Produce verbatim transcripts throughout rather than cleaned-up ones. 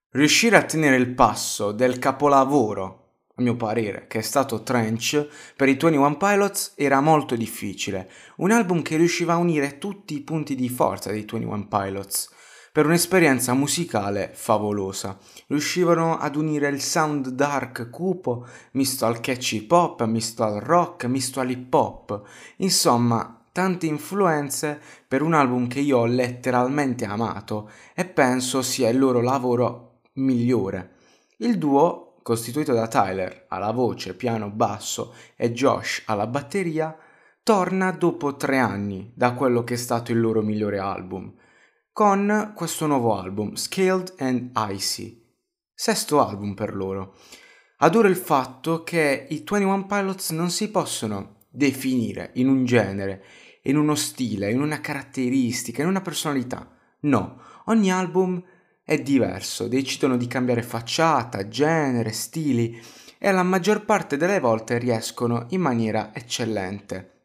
Riuscire a tenere il passo del capolavoro, a mio parere, che è stato Trench, per i ventuno Pilots era molto difficile. Un album che riusciva a unire tutti i punti di forza dei ventuno Pilots per un'esperienza musicale favolosa. Riuscivano ad unire il sound dark cupo misto al catchy pop, misto al rock, misto all'hip hop. Insomma, tante influenze per un album che io ho letteralmente amato e penso sia il loro lavoro migliore. Il duo, costituito da Tyler alla voce, piano, basso e Josh alla batteria, torna dopo tre anni da quello che è stato il loro migliore album, con questo nuovo album, Scaled and Icy, sesto album per loro. Adoro il fatto che i ventuno Pilots non si possono definire in un genere, in uno stile, in una caratteristica, in una personalità. No, ogni album è diverso, decidono di cambiare facciata, genere, stili e la maggior parte delle volte riescono in maniera eccellente.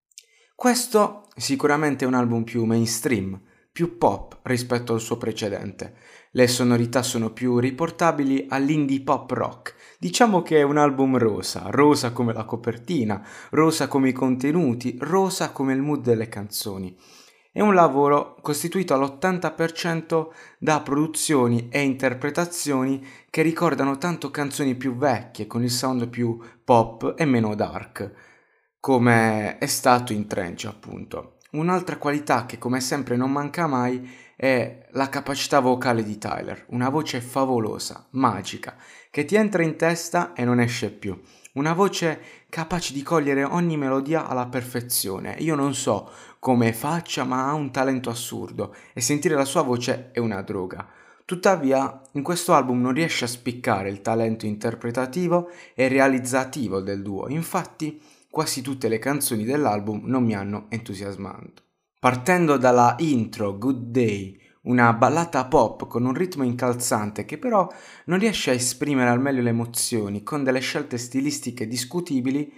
Questo sicuramente è un album più mainstream, più pop rispetto al suo precedente. Le sonorità sono più riportabili all'indie pop rock. Diciamo che è un album rosa, rosa come la copertina, rosa come i contenuti, rosa come il mood delle canzoni. È un lavoro costituito all'ottanta per cento da produzioni e interpretazioni che ricordano tanto canzoni più vecchie, con il sound più pop e meno dark, come è stato in Trench appunto. Un'altra qualità che come sempre non manca mai è la capacità vocale di Tyler, una voce favolosa, magica, che ti entra in testa e non esce più. Una voce capace di cogliere ogni melodia alla perfezione. Io non so come faccia, ma ha un talento assurdo e sentire la sua voce è una droga. Tuttavia, in questo album non riesce a spiccare il talento interpretativo e realizzativo del duo. Infatti, quasi tutte le canzoni dell'album non mi hanno entusiasmato. Partendo dalla intro Good Day, una ballata pop con un ritmo incalzante che però non riesce a esprimere al meglio le emozioni, con delle scelte stilistiche discutibili,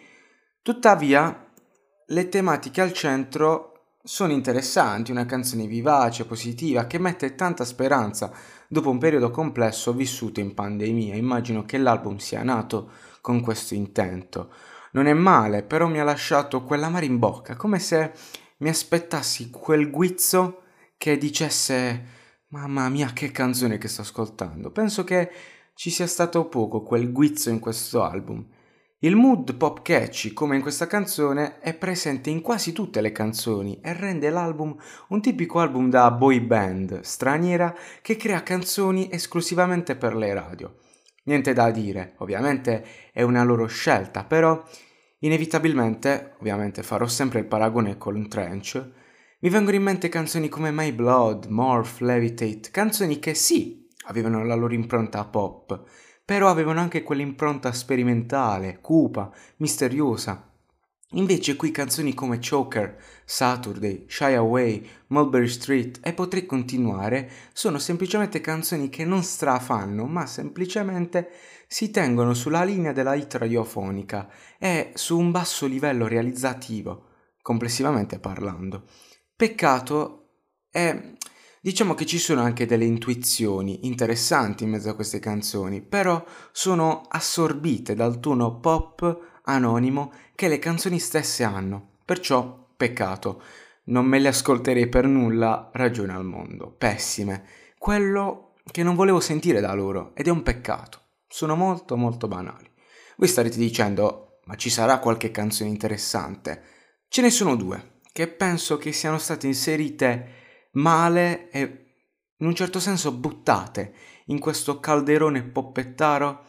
tuttavia le tematiche al centro sono interessanti, una canzone vivace, positiva, che mette tanta speranza dopo un periodo complesso vissuto in pandemia. Immagino che l'album sia nato con questo intento. Non è male, però mi ha lasciato quell'amaro in bocca, come se mi aspettassi quel guizzo che dicesse mamma mia che canzone che sto ascoltando. Penso che ci sia stato poco quel guizzo in questo album. Il mood pop catchy, come in questa canzone, è presente in quasi tutte le canzoni e rende l'album un tipico album da boy band straniera che crea canzoni esclusivamente per le radio. Niente da dire, ovviamente è una loro scelta, però inevitabilmente, ovviamente farò sempre il paragone con Trench, mi vengono in mente canzoni come My Blood, Morph, Levitate, canzoni che sì, avevano la loro impronta pop, però avevano anche quell'impronta sperimentale, cupa, misteriosa. Invece qui canzoni come Choker, Saturday, Shy Away, Mulberry Street e potrei continuare sono semplicemente canzoni che non strafanno, ma semplicemente si tengono sulla linea della hit radiofonica e su un basso livello realizzativo, complessivamente parlando. Peccato è, diciamo che ci sono anche delle intuizioni interessanti in mezzo a queste canzoni, però sono assorbite dal tono pop anonimo che le canzoni stesse hanno, perciò peccato, non me le ascolterei per nulla, ragione al mondo, pessime, quello che non volevo sentire da loro ed è un peccato, sono molto molto banali. Voi starete dicendo, ma ci sarà qualche canzone interessante? Ce ne sono due che penso che siano state inserite male e in un certo senso buttate in questo calderone poppettaro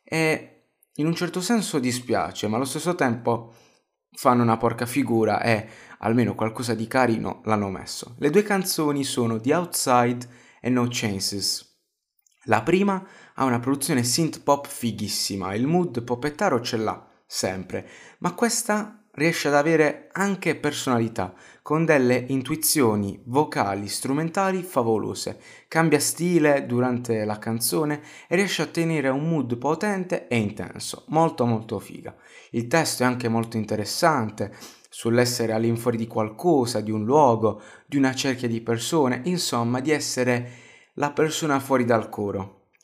e in un certo senso dispiace, ma allo stesso tempo fanno una porca figura e almeno qualcosa di carino l'hanno messo. Le due canzoni sono The Outside e No Chances. La prima ha una produzione synth pop fighissima, il mood poppettaro ce l'ha sempre, ma questa riesce ad avere anche personalità, con delle intuizioni vocali, strumentali favolose, cambia stile durante la canzone e riesce a tenere un mood potente e intenso, molto molto figa. Il testo è anche molto interessante, sull'essere all'infuori di qualcosa, di un luogo, di una cerchia di persone, insomma di essere la persona fuori dal coro.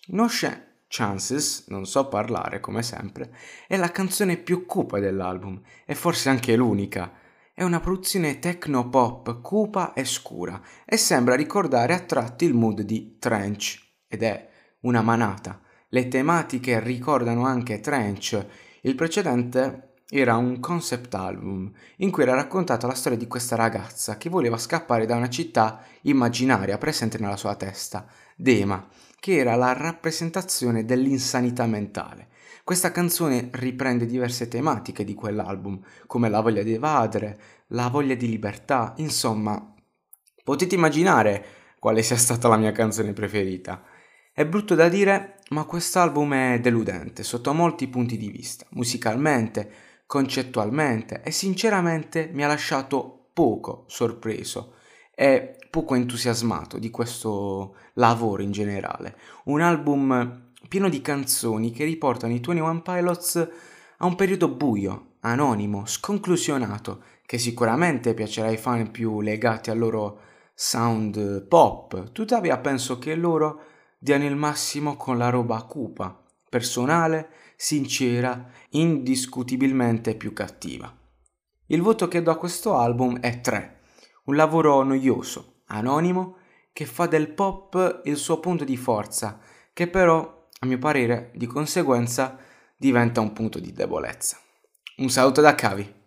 No Sh- Chances, non so parlare come sempre, è la canzone più cupa dell'album e forse anche l'unica. È una produzione techno-pop cupa e scura e sembra ricordare a tratti il mood di Trench, ed è una manata. Le tematiche ricordano anche Trench. Il precedente era un concept album in cui era raccontata la storia di questa ragazza che voleva scappare da una città immaginaria presente nella sua testa, Dema, che era la rappresentazione dell'insanità mentale. Questa canzone riprende diverse tematiche di quell'album, come la voglia di evadere, la voglia di libertà, insomma, potete immaginare quale sia stata la mia canzone preferita. È brutto da dire, ma quest'album è deludente sotto molti punti di vista, musicalmente, concettualmente e sinceramente mi ha lasciato poco sorpreso e poco entusiasmato di questo lavoro in generale. Un album pieno di canzoni che riportano i ventuno Pilots a un periodo buio, anonimo, sconclusionato, che sicuramente piacerà ai fan più legati al loro sound pop, tuttavia penso che loro diano il massimo con la roba cupa, personale, sincera, indiscutibilmente più cattiva. Il voto che do a questo album è tre, un lavoro noioso, anonimo, che fa del pop il suo punto di forza, che però, a mio parere, di conseguenza, diventa un punto di debolezza. Un saluto da Cavi.